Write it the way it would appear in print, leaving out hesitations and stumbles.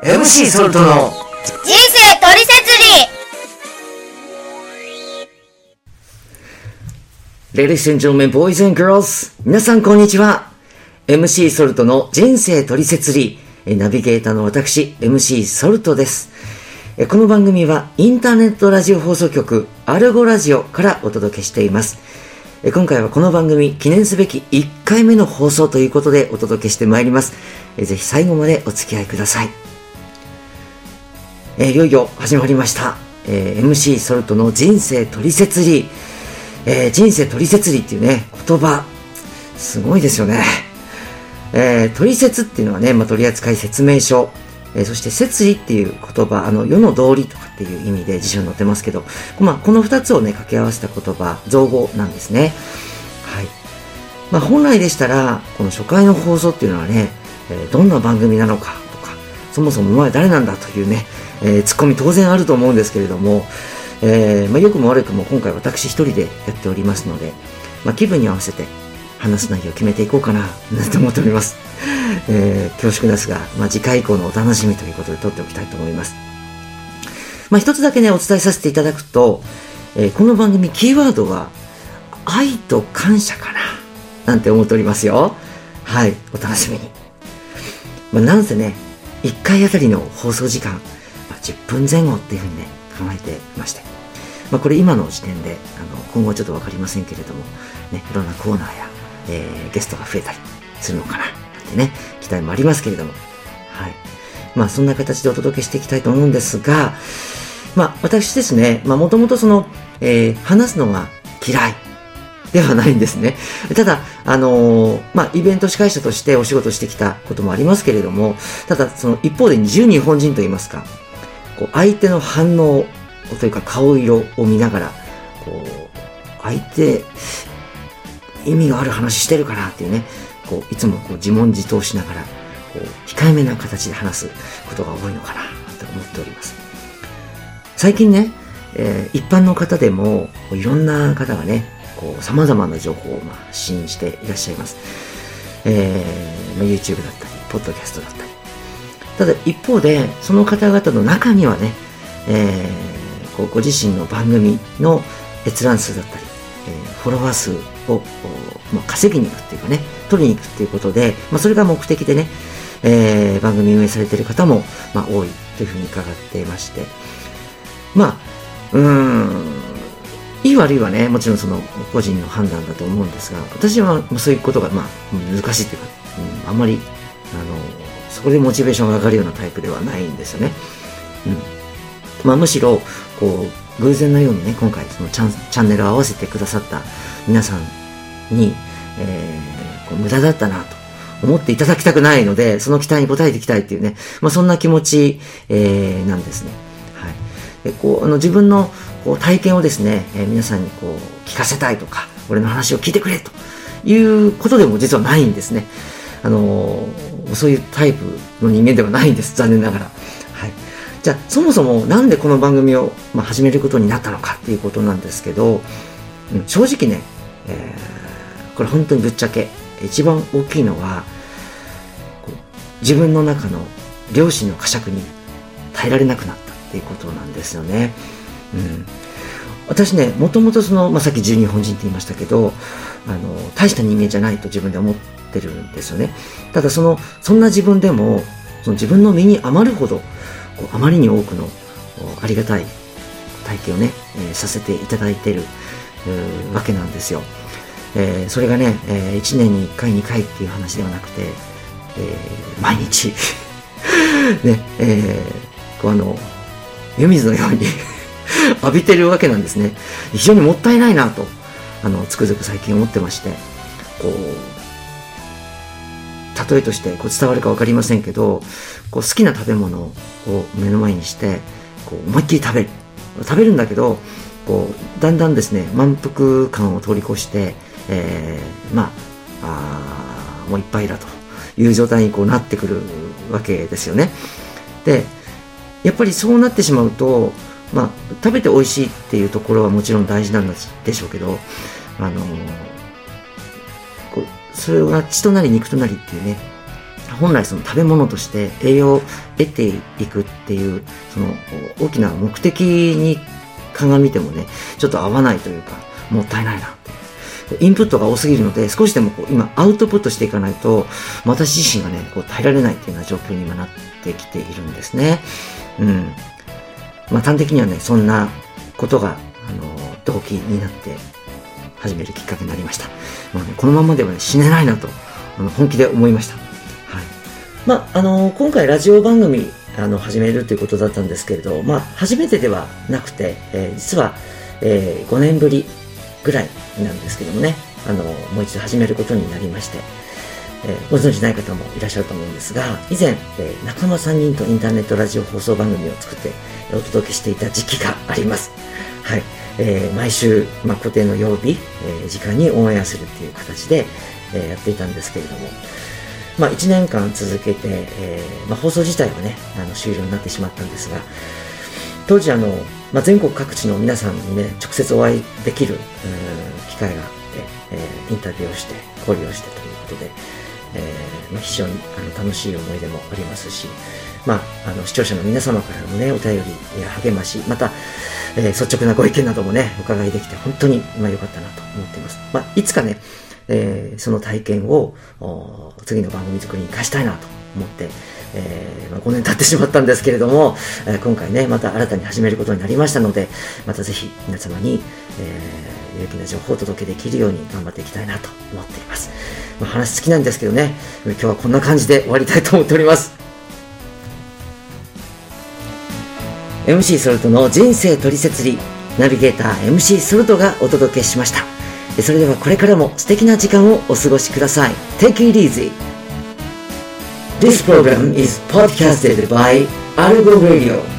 MC ソルトの人生トリセツリー。Ladies and gentlemen, boys and girls, 皆さんこんにちは。 MC ソルトの人生トリセツリー、ナビゲーターの私 MC ソルトです。この番組はインターネットラジオ放送局アルゴラジオからお届けしています。今回はこの番組記念すべき1回目の放送ということでお届けしてまいります。ぜひ最後までお付き合いください。いよいよ始まりました、MC ソルトの人生トリセツリー、人生トリセツリーっていうね言葉すごいですよね。トリセツっていうのはね、取扱説明書、そして摂理っていう言葉、世の道理とかっていう意味で辞書に載ってますけど、この2つをね掛け合わせた言葉、造語なんですね。はい。本来でしたらこの初回の放送っていうのはね、どんな番組なのかとか、そもそもお前誰なんだというね、ツッコミ当然あると思うんですけれども、良くも悪くも今回私一人でやっておりますので、気分に合わせて話す内容を決めていこうかななんて思っております。恐縮ですが、次回以降のお楽しみということで撮っておきたいと思います。一つだけねお伝えさせていただくと、この番組キーワードは愛と感謝かななんて思っておりますよ。はい、お楽しみに。なんせね1回あたりの放送時間、10分前後っていうふうにね考えていまして、これ今の時点で今後ちょっと分かりませんけれどもね、いろんなコーナーや、ゲストが増えたりするのかななんてね期待もありますけれども、はい、そんな形でお届けしていきたいと思うんですが、私ですね、もともと話すのが嫌いではないんですね。ただイベント司会者としてお仕事してきたこともありますけれども、ただその一方で自由日本人といいますか、相手の反応というか顔色を見ながら、相手意味がある話してるかなっていうね、いつも自問自答しながら控えめな形で話すことが多いのかなと思っております。最近ね、一般の方でもいろんな方がね様々な情報を発信していらっしゃいます。YouTube だったりポッドキャストだったり、ただ一方でその方々の中にはね、ご自身の番組の閲覧数だったり、フォロワー数を、稼ぎに行くっていうかね、取りに行くっていうことで、それが目的でね、番組運営されている方も、多いというふうに伺っていまして、いい悪いはね、もちろんその個人の判断だと思うんですが、私はそういうことが難しいというか、あんまりそこでモチベーションが上がるようなタイプではないんですよね。むしろ偶然のようにね、今回そのチャンネルを合わせてくださった皆さんに、無駄だったなと思っていただきたくないので、その期待に応えていきたいっていうね、そんな気持ち、なんですね。はい。で自分の体験をですね、皆さんに聞かせたいとか、俺の話を聞いてくれということでも実はないんですね。そういうタイプの人間ではないんです、残念ながら。はい。じゃあそもそもなんでこの番組を、始めることになったのかっていうことなんですけど、正直ね、これ本当にぶっちゃけ一番大きいのは自分の中の良心の呵責に耐えられなくなったっていうことなんですよね。私ね、もともとさっき自由日本人って言いましたけど、大した人間じゃないと自分で思ってるんですよね。ただそんな自分でも自分の身に余るほどあまりに多くのありがたい体験をね、させていただいているわけなんですよ。それがね、1年に1回2回っていう話ではなくて、毎日ね、湯水のように浴びてるわけなんですね。非常にもったいないなとつくづく最近思ってまして、例えとして伝わるか分かりませんけど、好きな食べ物を目の前にして思いっきり食べるんだけど、だんだんですね満腹感を通り越して、もういっぱいだという状態になってくるわけですよね。でやっぱりそうなってしまうと、食べて美味しいっていうところはもちろん大事なんでしょうけど、それが血となり肉となりっていうね、 本来その食べ物として栄養を得ていくっていうその大きな目的に鑑みてもね、ちょっと合わないというか、もったいないなって。インプットが多すぎるので、少しでも今アウトプットしていかないと、私自身がね、耐えられないっていうような状況に今なってきているんですね。端的にはね、そんなことが、動機になって始めるきっかけになりました。このままではね、死ねないなと、本気で思いました。今回ラジオ番組、始めるということだったんですけれど、初めてではなくて、実は、5年ぶりぐらいなんですけどもね、もう一度始めることになりまして、ご存知ない方もいらっしゃると思うんですが、以前、仲間3人とインターネットラジオ放送番組を作ってお届けしていた時期があります。はい。毎週、固定の曜日、時間にオンエアするっていう形で、やっていたんですけれども、1年間続けて、放送自体はね、終了になってしまったんですが、当時全国各地の皆さんにね、直接お会いできる、機会があって、インタビューをして、交流をしてということで、非常に楽しい思い出もありますし、視聴者の皆様からもね、お便りや励まし、また、率直なご意見などもね、伺いできて本当に良かったなと思っています。いつかね、その体験を次の番組作りに生かしたいなと思って、5年経ってしまったんですけれども、今回ね、また新たに始めることになりましたので、またぜひ皆様に、有益な情報をお届けできるように頑張っていきたいなと思っています。話好きなんですけどね、今日はこんな感じで終わりたいと思っております。MC ソルトの人生トリセツリ、ナビゲーター MC ソルトがお届けしました。それではこれからも素敵な時間をお過ごしください。Take it easy. This program is podcasted by Argo Radio.